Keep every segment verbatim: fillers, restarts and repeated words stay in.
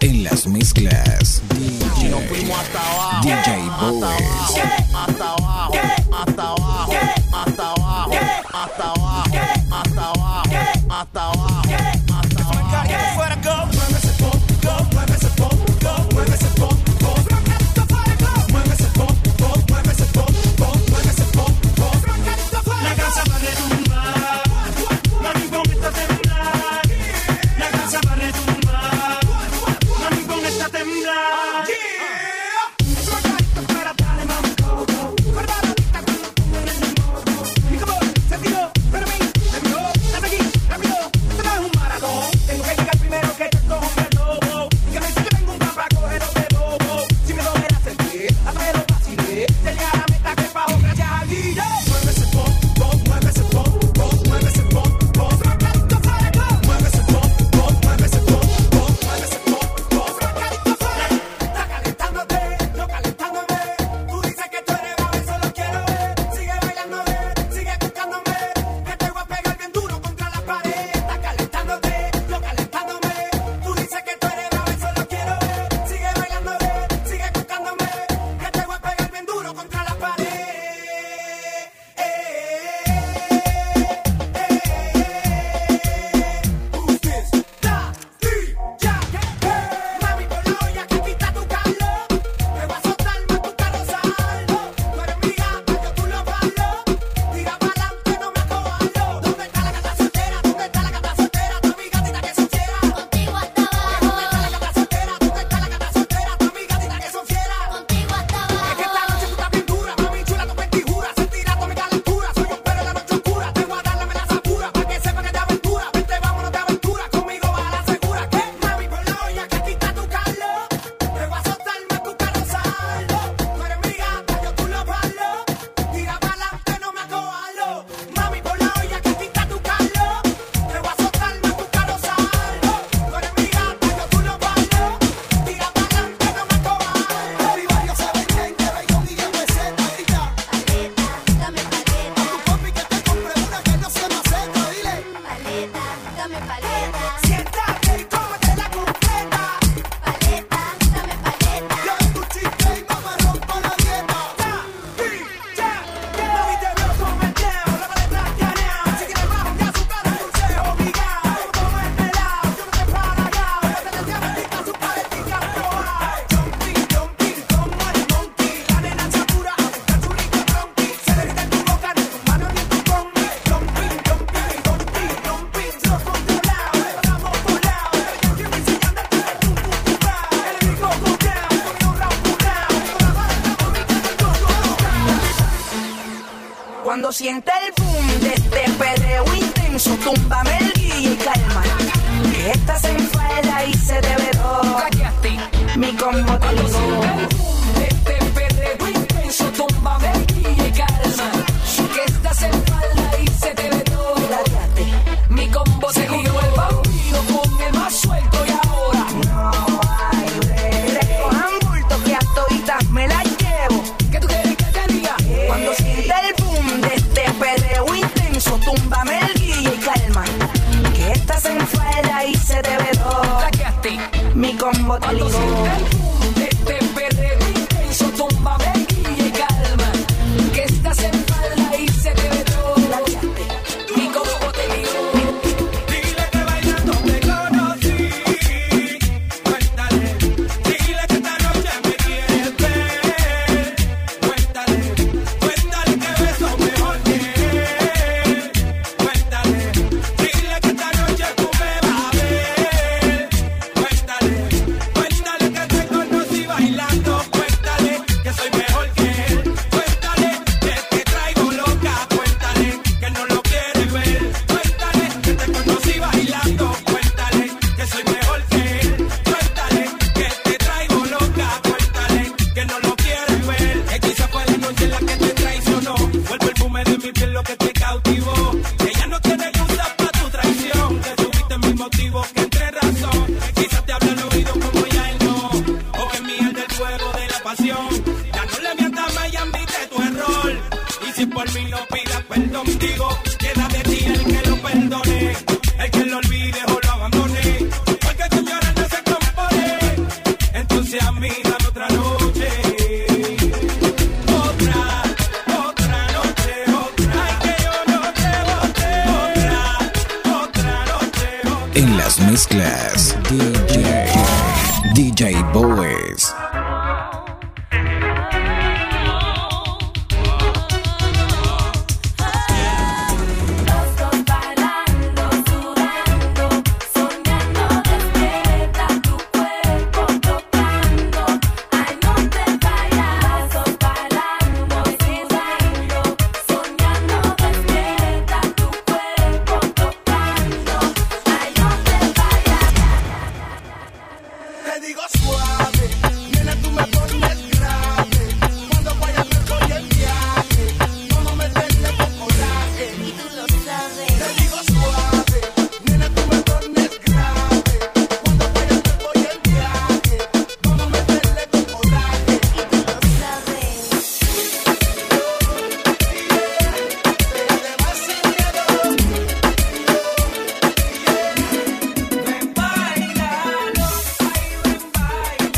En las mezclas, D J, nos fuimos hasta abajo, D J Boys. hasta abajo, hasta abajo, hasta abajo, hasta abajo, hasta abajo, hasta abajo, hasta abajo. Fuera go, mueve ese pop, go, mueve ese pop, go, mueve ese pop, go. Mueve ese pop, go, mueve ese pop, go, mueve ese pop, go. La casa va a retumbar, mami con esta temblar. La casa va a retumbar, mami con esta temblar. Cuando siente el boom de este perreo intenso, túmbame el guille y calma, que esta se enfada y se te veró. Mi combo te ligó. De este perreo intenso, túmbame el guille y calma, que esta se enfada y se te veró. Mi combo te ligó. El vampiro con el más suelto y ahora no hay break. Recojan bultos que a toditas me las llevo. ¿Qué tú quieres que te diga? Cuando siente el boom de este perreo intenso, túmbame el guille y calma, que esta se enfada y se te veró. Mi combo te ligó. De este perreo intenso, túmbame el guille y calma, que esta se enfada y se te veró. Mi combo te ligó. Dile que bailando te conocí. Cuéntale, dile que esta noche me quieres ver. Cuéntale, cuéntale que beso mejor que él. Cuéntale, dile que esta noche tú me vas a ver. Cuéntale, cuéntale que tengo D J Boys. Ven, bailalo, ay, ven, bailalo.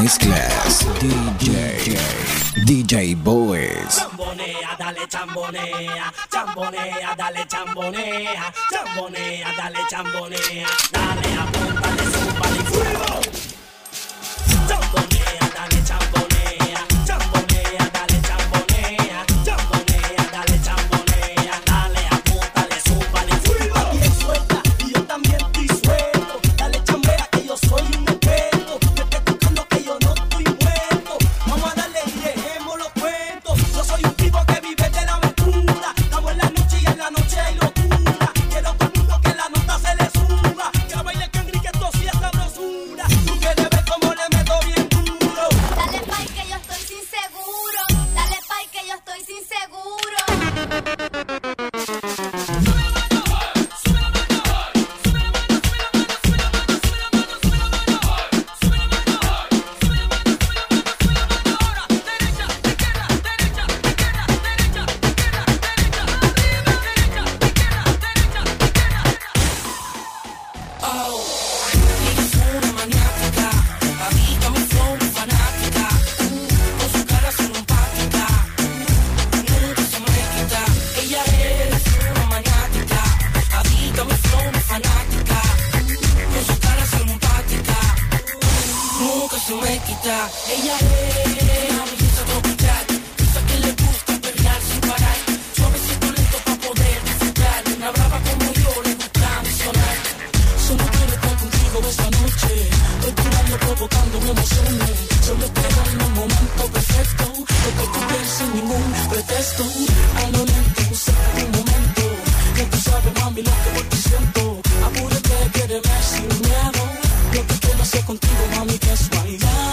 Mezclas D J D J Boys. Chambonea, dale chambonea, chambonea, dale chambonea, chambonea, dale chambonea, dale apúntale, súbale fuego. Chambonea, dale chambonea, chambonea, dale chambonea, chambonea, dale chambonea, dale apúntale, súbale fuego. También suelta y yo también estoy suelto. Dale chambea que yo soy un experto. Me estoy tocando que yo no estoy muerto. Vamos a darle y dejemos los cuentos. Yo soy un tipo que vive de la aventura. Estamos en la noche y en la noche hay locura. Quiero todo el mundo que la nota se le suba. Que baile que Enrique esto sí es sabrosura. Tú quieres ver cómo le meto bien duro. Dale pay que yo estoy sin seguro. Dale pay que yo estoy sin seguro. Ella es una belleza tropical, esa que le gusta perrear sin parar, suavecito lento pa' poder disfrutar. Una brava como yo le gusta sonar. Solo quiero estar contigo esta noche, torturando, provocando emociones. Solo espero en un momento perfecto, porque tú quieres sin ningún pretexto. A lo lento, busca un momento, que tú sabes mami lo que por ti siento. Apúrate, quédeme sin miedo, lo que quiero hacer contigo mami que es bailar.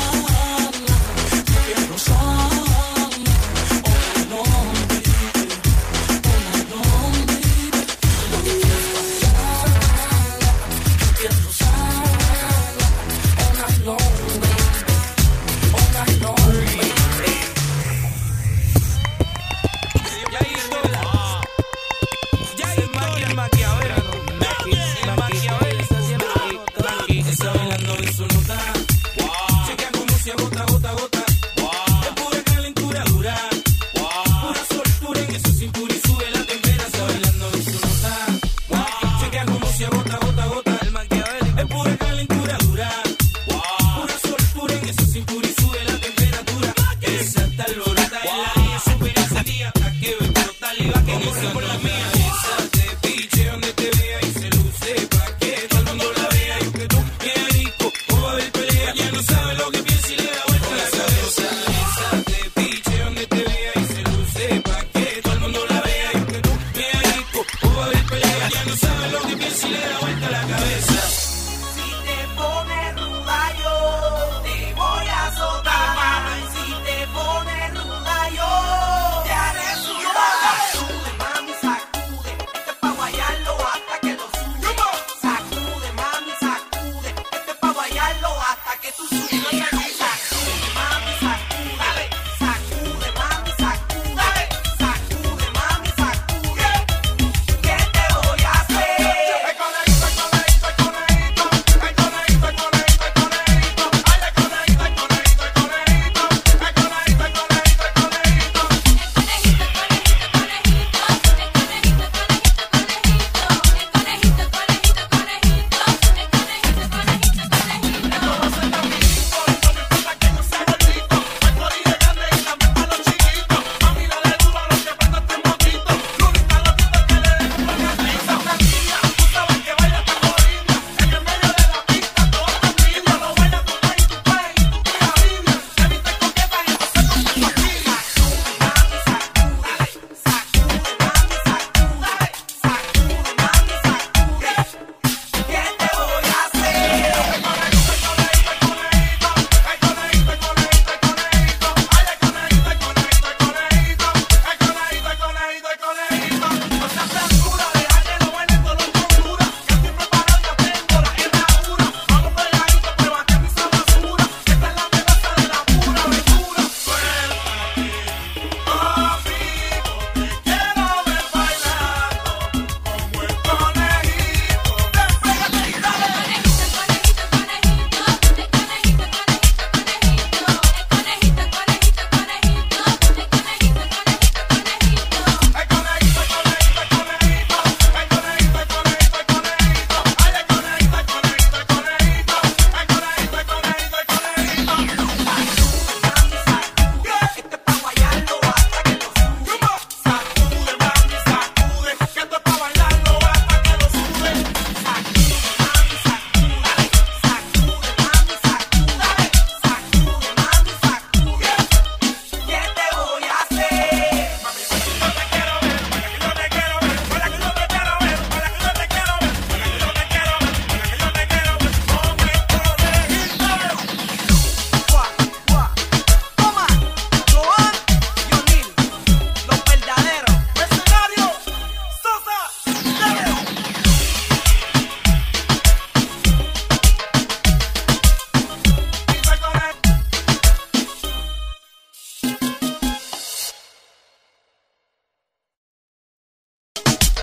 Gota, gota.